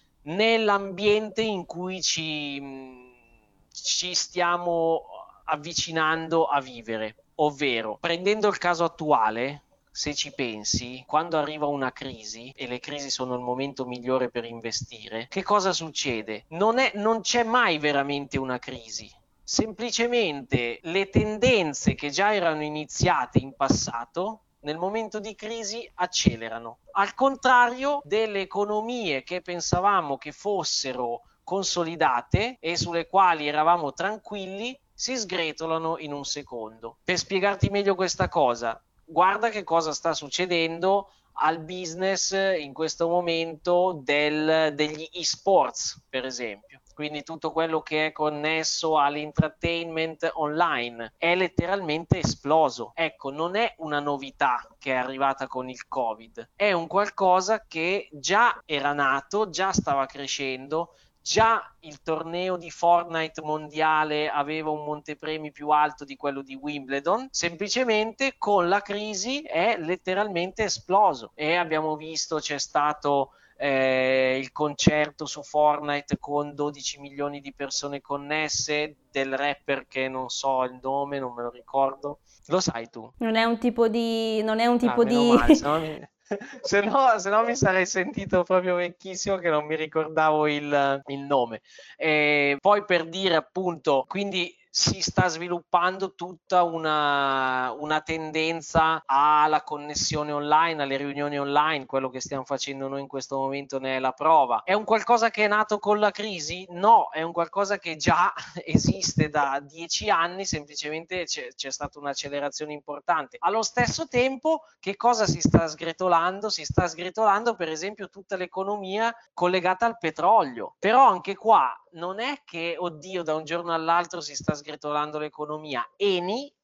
nell'ambiente in cui ci, mh, ci stiamo avvicinando a vivere. Ovvero, prendendo il caso attuale, se ci pensi, quando arriva una crisi, e le crisi sono il momento migliore per investire, che cosa succede? Non è, non c'è mai veramente una crisi. Semplicemente le tendenze che già erano iniziate in passato nel momento di crisi accelerano. Al contrario delle economie che pensavamo che fossero consolidate e sulle quali eravamo tranquilli, si sgretolano in un secondo. Per spiegarti meglio questa cosa, guarda che cosa sta succedendo al business in questo momento del, degli e-sports, per esempio. Quindi tutto quello che è connesso all'entertainment online è letteralmente esploso. Ecco, non è una novità che è arrivata con il Covid, è un qualcosa che già era nato, già stava crescendo. Già il torneo di Fortnite mondiale aveva un montepremi più alto di quello di Wimbledon, semplicemente con la crisi è letteralmente esploso e abbiamo visto c'è stato eh, il concerto su Fortnite con dodici milioni di persone connesse del rapper che non so il nome, non me lo ricordo. Lo sai tu? Non è un tipo di... non è un Ah, tipo meno di... male, se no mi, se no, se no mi sarei sentito proprio vecchissimo che non mi ricordavo il, il nome. E poi per dire appunto, quindi si sta sviluppando tutta una, una tendenza alla connessione online, alle riunioni online, quello che stiamo facendo noi in questo momento ne è la prova. È un qualcosa che è nato con la crisi? No, è un qualcosa che già esiste da dieci anni, semplicemente c'è, c'è stata un'accelerazione importante. Allo stesso tempo, che cosa si sta sgretolando? Si sta sgretolando per esempio tutta l'economia collegata al petrolio. Però anche qua non è che, oddio, da un giorno all'altro si sta sgretolando l'economia. Eni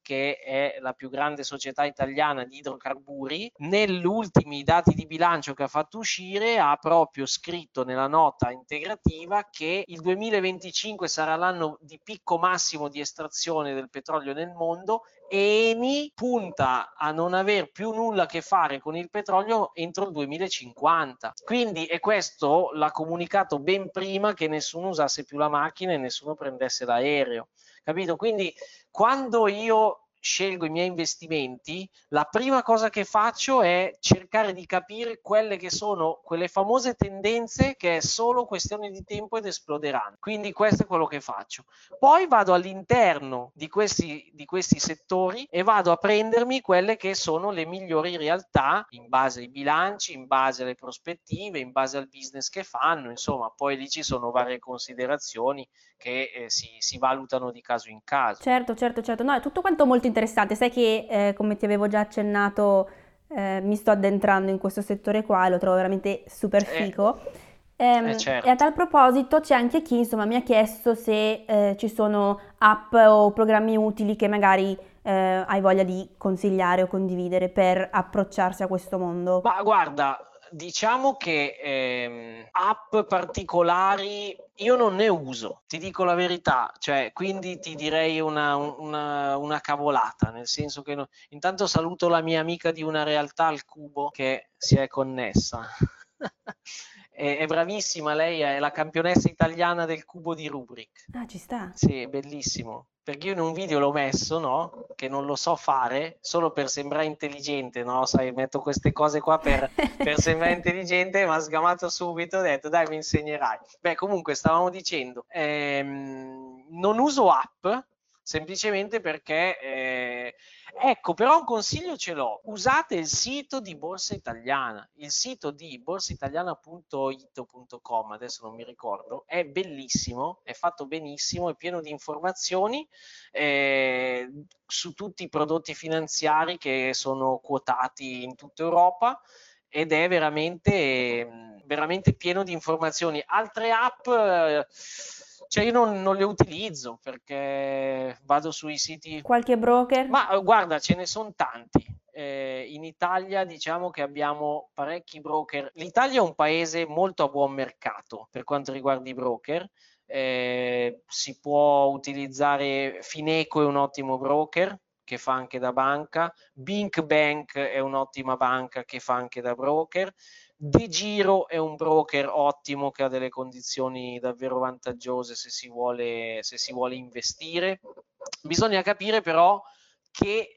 che è la più grande società italiana di idrocarburi, negli ultimi dati di bilancio che ha fatto uscire ha proprio scritto nella nota integrativa che il duemilaventicinque sarà l'anno di picco massimo di estrazione del petrolio nel mondo. Eni punta a non aver più nulla a che fare con il petrolio entro il duemilacinquanta. Quindi, e questo l'ha comunicato ben prima che nessuno usasse più la macchina e nessuno prendesse l'aereo, capito? Quindi quando io scelgo i miei investimenti, la prima cosa che faccio è cercare di capire quelle che sono quelle famose tendenze che è solo questione di tempo ed esploderanno. Quindi questo è quello che faccio. Poi vado all'interno di questi, di questi settori e vado a prendermi quelle che sono le migliori realtà in base ai bilanci, in base alle prospettive, in base al business che fanno, insomma, poi lì ci sono varie considerazioni che eh, si, si valutano di caso in caso. Certo, certo, certo. No, è tutto quanto molto interessante. Sai che, eh, come ti avevo già accennato, eh, mi sto addentrando in questo settore qua e lo trovo veramente super Eh, figo. Ehm, eh, certo. E a tal proposito c'è anche chi, insomma, mi ha chiesto se eh, ci sono app o programmi utili che magari eh, hai voglia di consigliare o condividere per approcciarsi a questo mondo. Ma guarda, diciamo che ehm, app particolari io non ne uso, ti dico la verità, cioè quindi ti direi una, una, una cavolata, nel senso che no, intanto saluto la mia amica di una realtà al cubo che si è connessa. è, è bravissima, lei è la campionessa italiana del cubo di Rubrik. Ah, ci sta. Sì, è bellissimo. Perché io in un video l'ho messo, no? Che non lo so fare, solo per sembrare intelligente, no? Sai, metto queste cose qua per, per sembrare intelligente, ma ha sgamato subito, ho detto, dai, mi insegnerai. Beh, comunque, stavamo dicendo, ehm, non uso app, semplicemente perché, eh, ecco, però un consiglio ce l'ho, usate il sito di Borsa Italiana, il sito di borsaitaliana punto it o punto com, adesso non mi ricordo, è bellissimo, è fatto benissimo, è pieno di informazioni eh, su tutti i prodotti finanziari che sono quotati in tutta Europa ed è veramente, veramente pieno di informazioni. Altre app... Eh, cioè io non, non le utilizzo perché vado sui siti... Qualche broker? Ma guarda, ce ne sono tanti. Eh, in Italia diciamo che abbiamo parecchi broker. L'Italia è un paese molto a buon mercato per quanto riguarda i broker. Eh, si può utilizzare Fineco, è un ottimo broker che fa anche da banca. Bink Bank è un'ottima banca che fa anche da broker. De Giro è un broker ottimo che ha delle condizioni davvero vantaggiose se si vuole, se si vuole investire. Bisogna capire però che,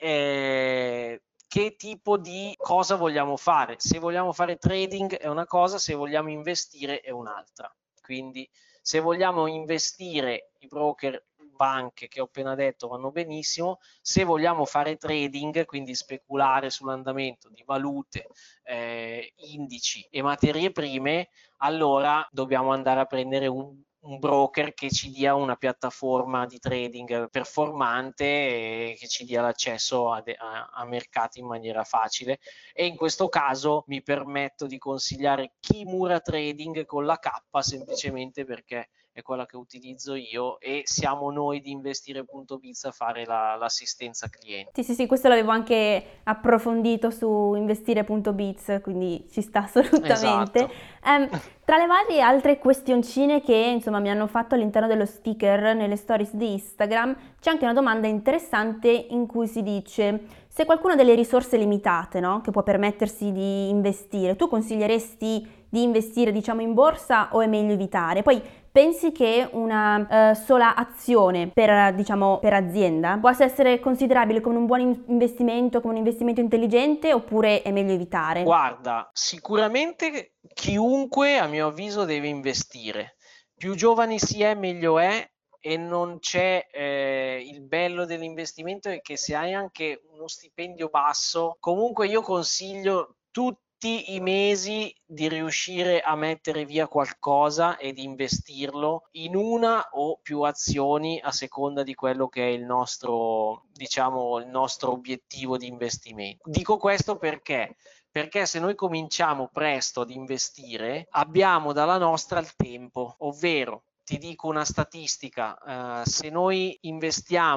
eh, che tipo di cosa vogliamo fare. Se vogliamo fare trading è una cosa, se vogliamo investire è un'altra. Quindi se vogliamo investire, i broker, banche che ho appena detto vanno benissimo. Se vogliamo fare trading, quindi speculare sull'andamento di valute, eh, indici e materie prime, allora dobbiamo andare a prendere un, un broker che ci dia una piattaforma di trading performante e che ci dia l'accesso a, de- a, a mercati in maniera facile. E in questo caso mi permetto di consigliare Kimura Trading con la K, semplicemente perché è quella che utilizzo io e siamo noi di investire punto biz a fare la, l'assistenza cliente. Sì, sì, sì, questo l'avevo anche approfondito su investire punto biz, quindi ci sta assolutamente. Esatto. Um, tra le varie altre questioncine che insomma mi hanno fatto all'interno dello sticker nelle stories di Instagram, c'è anche una domanda interessante in cui si dice: se qualcuno ha delle risorse limitate, no, che può permettersi di investire, tu consiglieresti di investire, diciamo, in borsa o è meglio evitare? Poi pensi che una uh, sola azione per, diciamo, per azienda possa essere considerabile come un buon investimento, come un investimento intelligente, oppure è meglio evitare? Guarda, sicuramente chiunque a mio avviso deve investire. Più giovani si è, meglio è, e non c'è eh, il bello dell'investimento è che se hai anche uno stipendio basso, comunque io consiglio tutti i mesi di riuscire a mettere via qualcosa e di investirlo in una o più azioni a seconda di quello che è il nostro, diciamo, il nostro obiettivo di investimento. Dico questo perché perché se noi cominciamo presto ad investire abbiamo dalla nostra il tempo, ovvero ti dico una statistica, eh, se noi investiamo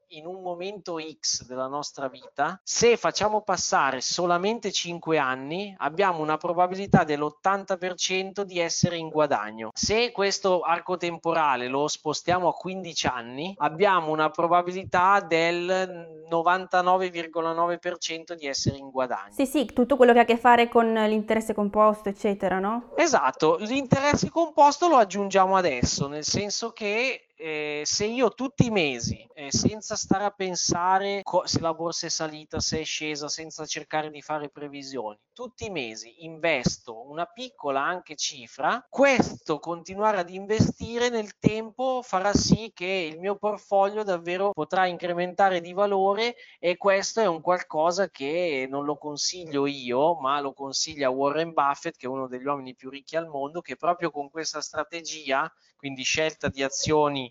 in un momento X della nostra vita, se facciamo passare solamente cinque anni, abbiamo una probabilità dell'ottanta per cento di essere in guadagno. Se questo arco temporale lo spostiamo a quindici anni, abbiamo una probabilità del novantanove virgola nove per cento di essere in guadagno. Sì, sì, tutto quello che ha a che fare con l'interesse composto, eccetera, no? Esatto, l'interesse composto lo aggiungiamo adesso, nel senso che eh, se io tutti i mesi, eh, senza stare a pensare co- se la borsa è salita, se è scesa, senza cercare di fare previsioni, tutti i mesi investo una piccola anche cifra, questo continuare ad investire nel tempo farà sì che il mio portfolio davvero potrà incrementare di valore, e questo è un qualcosa che non lo consiglio io, ma lo consiglia Warren Buffett, che è uno degli uomini più ricchi al mondo, che proprio con questa strategia, quindi scelta di azioni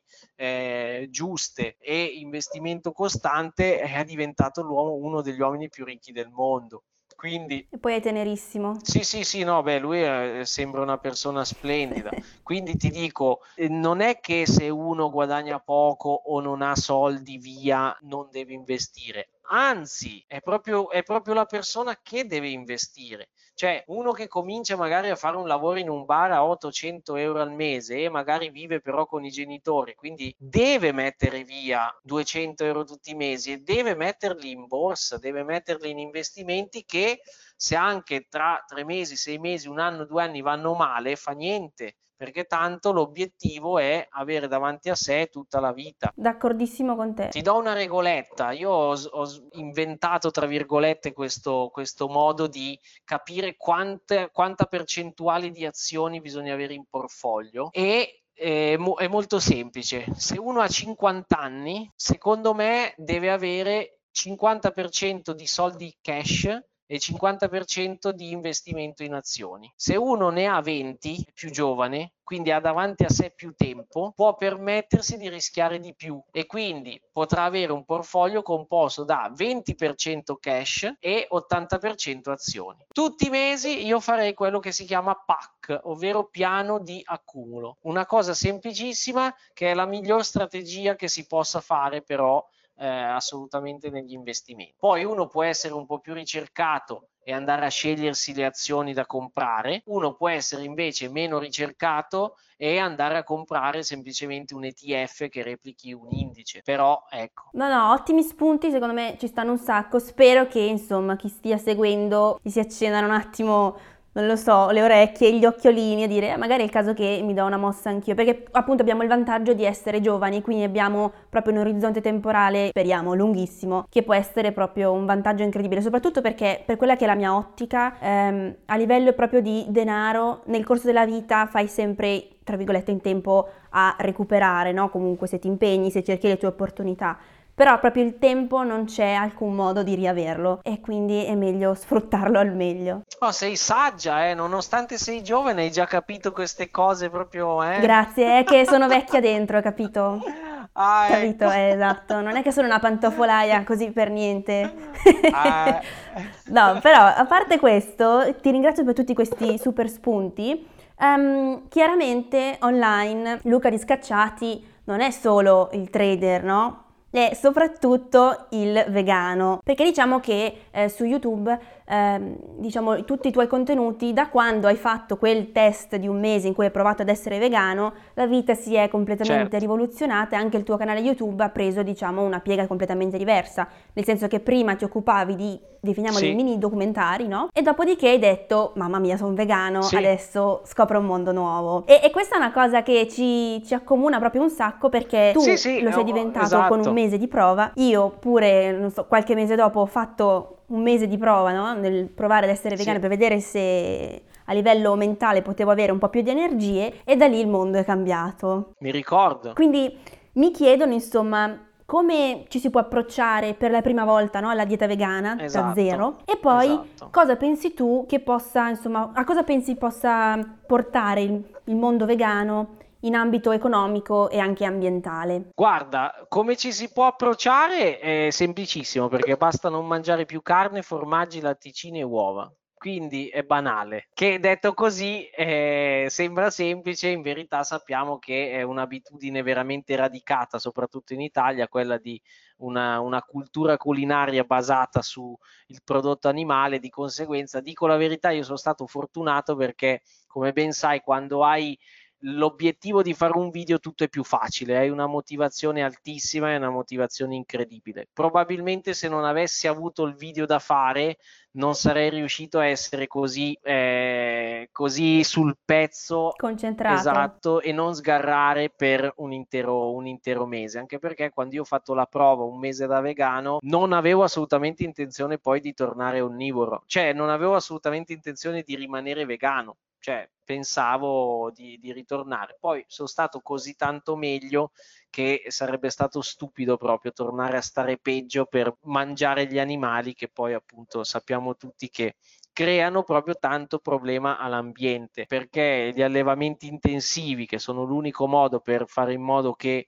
eh, giuste e investimento costante, è diventato l'uomo, uno degli uomini più ricchi del mondo. Quindi E poi è tenerissimo. sì, sì, sì, no, beh, lui eh, sembra una persona splendida. Quindi ti dico, eh, non è che se uno guadagna poco o non ha soldi via, non deve investire. Anzi, è proprio, è proprio la persona che deve investire. Cioè, uno che comincia magari a fare un lavoro in un bar a ottocento euro al mese e magari vive però con i genitori, quindi deve mettere via duecento euro tutti i mesi e deve metterli in borsa, deve metterli in investimenti che, se anche tra tre mesi, sei mesi, un anno, due anni vanno male, fa niente, perché tanto l'obiettivo è avere davanti a sé tutta la vita. D'accordissimo con te. Ti do una regoletta, io ho, ho inventato tra virgolette questo, questo modo di capire quante, quanta percentuale di azioni bisogna avere in portfolio, e è, è molto semplice. Se uno ha cinquanta anni, secondo me deve avere cinquanta per cento di soldi cash e cinquanta per cento di investimento in azioni. Se uno ne ha venti, più giovane, quindi ha davanti a sé più tempo, può permettersi di rischiare di più e quindi potrà avere un portfolio composto da venti per cento cash e ottanta per cento azioni. Tutti i mesi io farei quello che si chiama P A C, ovvero piano di accumulo. Una cosa semplicissima, che è la miglior strategia che si possa fare però Eh, assolutamente negli investimenti. Poi uno può essere un po' più ricercato e andare a scegliersi le azioni da comprare, uno può essere invece meno ricercato e andare a comprare semplicemente un E T F che replichi un indice. Però ecco. No, no, ottimi spunti, secondo me ci stanno un sacco. Spero che insomma chi stia seguendo si accendano un attimo, non lo so, le orecchie, gli occhiolini, a dire eh, magari è il caso che mi do una mossa anch'io, perché appunto abbiamo il vantaggio di essere giovani, quindi abbiamo proprio un orizzonte temporale, speriamo, lunghissimo, che può essere proprio un vantaggio incredibile, soprattutto perché per quella che è la mia ottica, ehm, a livello proprio di denaro, nel corso della vita fai sempre, tra virgolette, in tempo a recuperare, no? Comunque se ti impegni, se cerchi le tue opportunità. Però proprio il tempo non c'è alcun modo di riaverlo e quindi è meglio sfruttarlo al meglio. Oh, sei saggia, eh? Nonostante sei giovane hai già capito queste cose proprio, eh? Grazie, è che sono vecchia dentro, capito? Ah, Capito, ecco. eh, esatto, non è che sono una pantofolaia così per niente. Ah. No, però a parte questo, ti ringrazio per tutti questi super spunti. Um, chiaramente online Luca Riscacciati non è solo il trader, no? È soprattutto il vegano, perché diciamo che eh, su YouTube eh, diciamo tutti i tuoi contenuti, da quando hai fatto quel test di un mese in cui hai provato ad essere vegano, la vita si è completamente Certo. rivoluzionata e anche il tuo canale YouTube ha preso diciamo una piega completamente diversa, nel senso che prima ti occupavi di, definiamoli, Sì. mini documentari, no? E dopodiché hai detto mamma mia sono vegano, Sì. adesso scopro un mondo nuovo e, e questa è una cosa che ci, ci accomuna proprio un sacco, perché tu Sì, sì, lo sei oh, diventato esatto. con un mese di prova, io pure non so, qualche mese dopo ho fatto un mese di prova, no? Nel provare ad essere vegana, Sì. per vedere se a livello mentale potevo avere un po' più di energie, e da lì il mondo è cambiato. Mi ricordo. Quindi mi chiedono insomma come ci si può approcciare per la prima volta, no, alla dieta vegana Esatto, da zero, e poi esatto. cosa pensi tu che possa, insomma, a cosa pensi possa portare il, il mondo vegano in ambito economico e anche ambientale? Guarda, come ci si può approcciare è semplicissimo, perché basta non mangiare più carne, formaggi, latticini e uova. quindi è banale. Che detto così eh, sembra semplice, in verità sappiamo che è un'abitudine veramente radicata, soprattutto in Italia, quella di una, una cultura culinaria basata sul prodotto animale. Di conseguenza, dico la verità, io sono stato fortunato perché, come ben sai, quando hai l'obiettivo di fare un video tutto è più facile, hai una motivazione altissima e una motivazione incredibile. Probabilmente se non avessi avuto il video da fare non sarei riuscito a essere così, eh, così sul pezzo, Concentrato. esatto, e non sgarrare per un intero, un intero mese, anche perché quando io ho fatto la prova un mese da vegano non avevo assolutamente intenzione poi di tornare onnivoro, cioè non avevo assolutamente intenzione di rimanere vegano, cioè pensavo di, di ritornare. Poi sono stato così tanto meglio che sarebbe stato stupido proprio tornare a stare peggio per mangiare gli animali, che poi appunto sappiamo tutti che creano proprio tanto problema all'ambiente, perché gli allevamenti intensivi, che sono l'unico modo per fare in modo che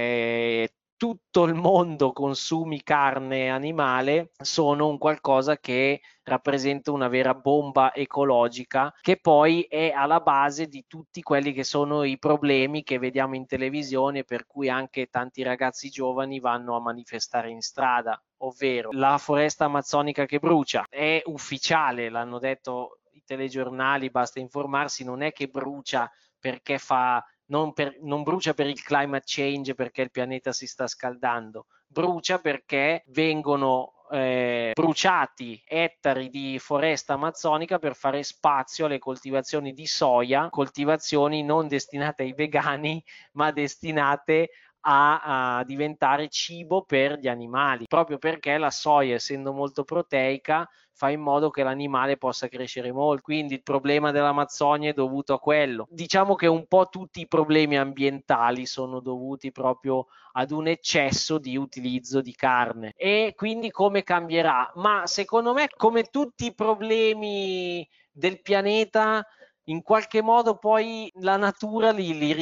eh, tutto il mondo consumi carne animale, sono un qualcosa che rappresenta una vera bomba ecologica, che poi è alla base di tutti quelli che sono i problemi che vediamo in televisione, per cui anche tanti ragazzi giovani vanno a manifestare in strada, ovvero la foresta amazzonica che brucia. È ufficiale, l'hanno detto i telegiornali, basta informarsi, non è che brucia perché fa non, per, non brucia per il climate change, perché il pianeta si sta scaldando, brucia perché vengono eh, bruciati ettari di foresta amazzonica per fare spazio alle coltivazioni di soia, coltivazioni non destinate ai vegani ma destinate a, a diventare cibo per gli animali, proprio perché la soia, essendo molto proteica, fa in modo che l'animale possa crescere molto. Quindi il problema dell'Amazzonia è dovuto a quello. Diciamo che un po' tutti i problemi ambientali sono dovuti proprio ad un eccesso di utilizzo di carne. E quindi come cambierà? Ma secondo me, come tutti i problemi del pianeta, in qualche modo poi la natura li, li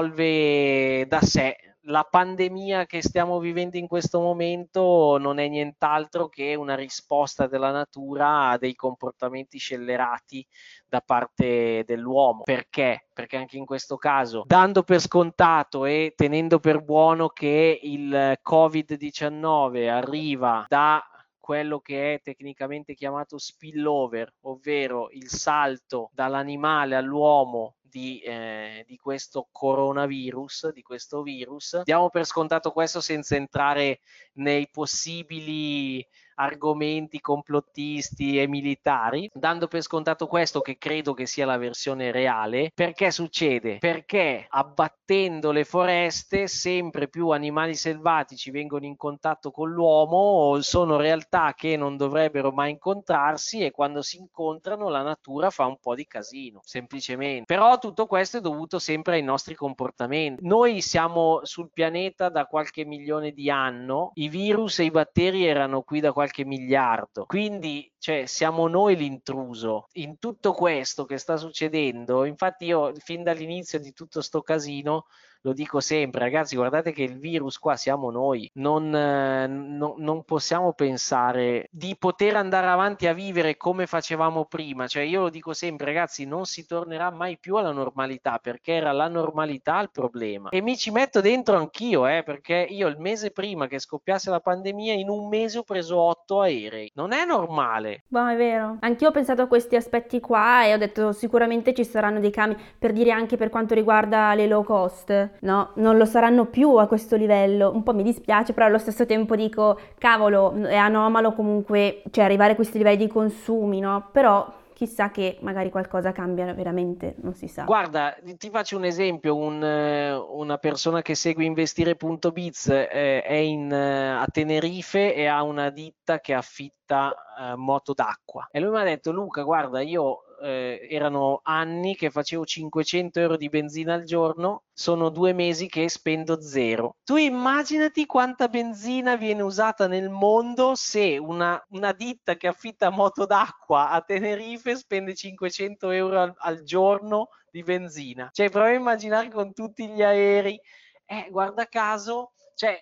risolve da sé. La pandemia che stiamo vivendo in questo momento non è nient'altro che una risposta della natura a dei comportamenti scellerati da parte dell'uomo. Perché? Perché anche in questo caso, dando per scontato e tenendo per buono che il covid diciannove arriva da quello che è tecnicamente chiamato spillover, ovvero il salto dall'animale all'uomo di, eh, di questo coronavirus, di questo virus, diamo per scontato questo senza entrare nei possibili argomenti complottisti e militari, dando per scontato questo, che credo che sia la versione reale. Perché succede? Perché abbattendo le foreste sempre più animali selvatici vengono in contatto con l'uomo, sono realtà che non dovrebbero mai incontrarsi e quando si incontrano la natura fa un po' di casino, semplicemente. Però tutto questo è dovuto sempre ai nostri comportamenti. Noi siamo sul pianeta da qualche milione di anni, i virus e i batteri erano qui da qualche miliardo, quindi cioè, siamo noi l'intruso in tutto questo che sta succedendo. Infatti io fin dall'inizio di tutto sto casino lo dico sempre, ragazzi, guardate che il virus qua siamo noi, non, eh, no, non possiamo pensare di poter andare avanti a vivere come facevamo prima. Cioè io lo dico sempre, ragazzi, non si tornerà mai più alla normalità, perché era la normalità il problema, e mi ci metto dentro anch'io, eh, perché io il mese prima che scoppiasse la pandemia, in un mese ho preso otto aerei, non è normale. Boh, è vero. Anch'io ho pensato a questi aspetti qua e ho detto sicuramente ci saranno dei cambi, per dire anche per quanto riguarda le low cost, no? Non lo saranno più a questo livello. Un po' mi dispiace, però allo stesso tempo dico, cavolo, è anomalo comunque, cioè arrivare a questi livelli di consumi, no? Però chissà che magari qualcosa cambia veramente, non si sa. Guarda, ti faccio un esempio, un, una persona che segue investire punto biz eh, è in, a Tenerife e ha una ditta che affitta eh, moto d'acqua, e lui mi ha detto: Luca, guarda, io eh, erano anni che facevo cinquecento euro di benzina al giorno, sono due mesi che spendo zero. Tu immaginati quanta benzina viene usata nel mondo se una, una ditta che affitta moto d'acqua a Tenerife spende cinquecento euro al, al giorno di benzina. Cioè, prova a immaginare con tutti gli aerei. Eh, guarda caso, cioè,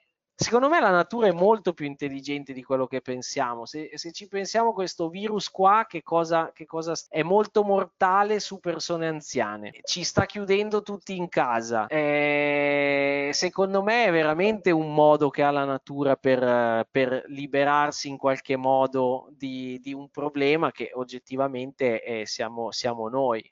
secondo me la natura è molto più intelligente di quello che pensiamo. Se, se ci pensiamo, questo virus qua che cosa, che cosa è molto mortale su persone anziane, ci sta chiudendo tutti in casa. Eh, secondo me è veramente un modo che ha la natura per, per liberarsi in qualche modo di, di un problema che oggettivamente è, siamo, siamo noi.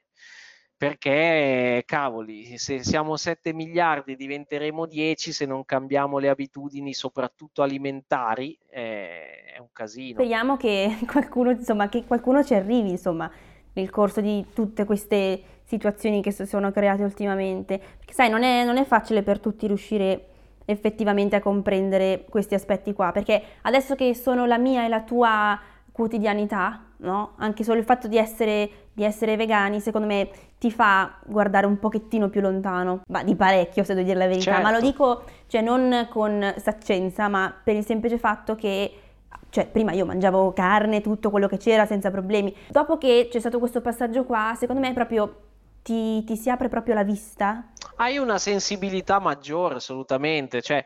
Perché, cavoli, se siamo sette miliardi diventeremo dieci se non cambiamo le abitudini, soprattutto alimentari, eh, è un casino. Speriamo che qualcuno, insomma, che qualcuno ci arrivi, insomma, nel corso di tutte queste situazioni che si sono create ultimamente. Perché sai, non è, non è facile per tutti riuscire effettivamente a comprendere questi aspetti qua, perché adesso che sono la mia e la tua quotidianità, no? Anche solo il fatto di essere, di essere vegani, secondo me ti fa guardare un pochettino più lontano, ma di parecchio, se devo dire la verità, Certo. ma lo dico, cioè, non con saccenza, ma per il semplice fatto che, cioè, prima io mangiavo carne, tutto quello che c'era senza problemi. Dopo che c'è stato questo passaggio qua, secondo me proprio ti, ti si apre proprio la vista. Hai una sensibilità maggiore, assolutamente, cioè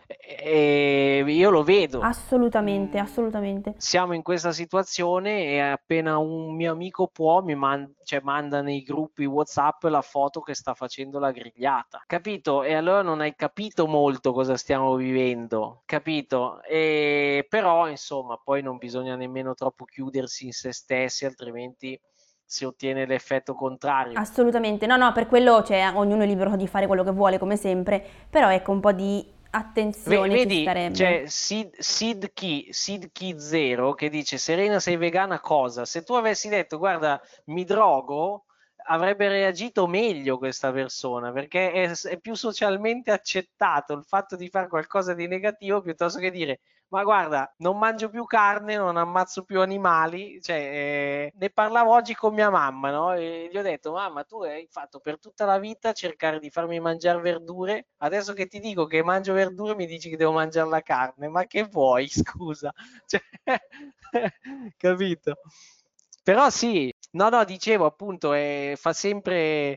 eh, io lo vedo. Assolutamente, assolutamente. Siamo in questa situazione e appena un mio amico può mi man- cioè, manda nei gruppi WhatsApp la foto che sta facendo la grigliata, capito? E allora non hai capito molto cosa stiamo vivendo, capito? E però insomma poi non bisogna nemmeno troppo chiudersi in se stessi, altrimenti si ottiene l'effetto contrario. Assolutamente, no, no, per quello cioè, ognuno è libero di fare quello che vuole come sempre, però ecco un po' di attenzione V- Vedi, ci starebbe. c'è Sid, Sid Key, Sid Key Zero che dice: Serena, sei vegana cosa? Se tu avessi detto guarda, mi drogo, avrebbe reagito meglio questa persona, perché è, è più socialmente accettato il fatto di fare qualcosa di negativo piuttosto che dire ma guarda, non mangio più carne, non ammazzo più animali. Cioè, eh, ne parlavo oggi con mia mamma, no? E gli ho detto, mamma, tu hai fatto per tutta la vita cercare di farmi mangiare verdure, adesso che ti dico che mangio verdure mi dici che devo mangiare la carne, ma che vuoi, scusa? Cioè, capito? Però sì, no, no, dicevo appunto, eh, fa sempre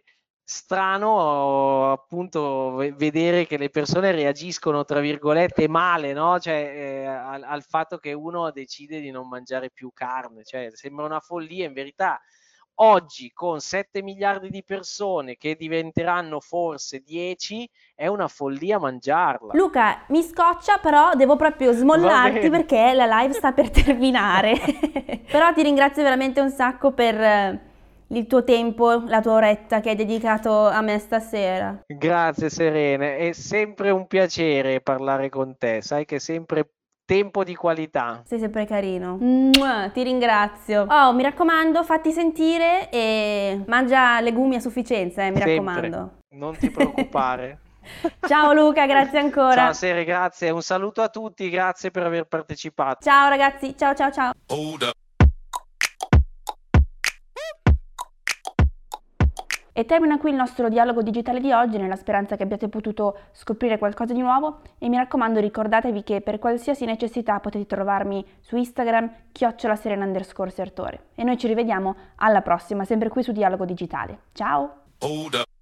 strano appunto vedere che le persone reagiscono tra virgolette male, no? Cioè, eh, al, al fatto che uno decide di non mangiare più carne, cioè sembra una follia. In verità oggi con sette miliardi di persone che diventeranno forse dieci è una follia mangiarla. Luca, mi scoccia, però devo proprio smollarti perché la live sta per terminare. Però ti ringrazio veramente un sacco per il tuo tempo, la tua oretta che hai dedicato a me stasera. Grazie Serena, è sempre un piacere parlare con te, sai che è sempre tempo di qualità. Sei sempre carino. Mua, ti ringrazio. Oh, mi raccomando, fatti sentire e mangia legumi a sufficienza, eh, mi Sempre. raccomando. Non ti preoccupare. Ciao Luca, grazie ancora. Ciao Sere, grazie. Un saluto a tutti, grazie per aver partecipato. Ciao ragazzi, ciao ciao ciao. E termina qui il nostro dialogo digitale di oggi, nella speranza che abbiate potuto scoprire qualcosa di nuovo e mi raccomando ricordatevi che per qualsiasi necessità potete trovarmi su Instagram chiocciola serena underscore sertore e noi ci rivediamo alla prossima, sempre qui su Dialogo Digitale. Ciao!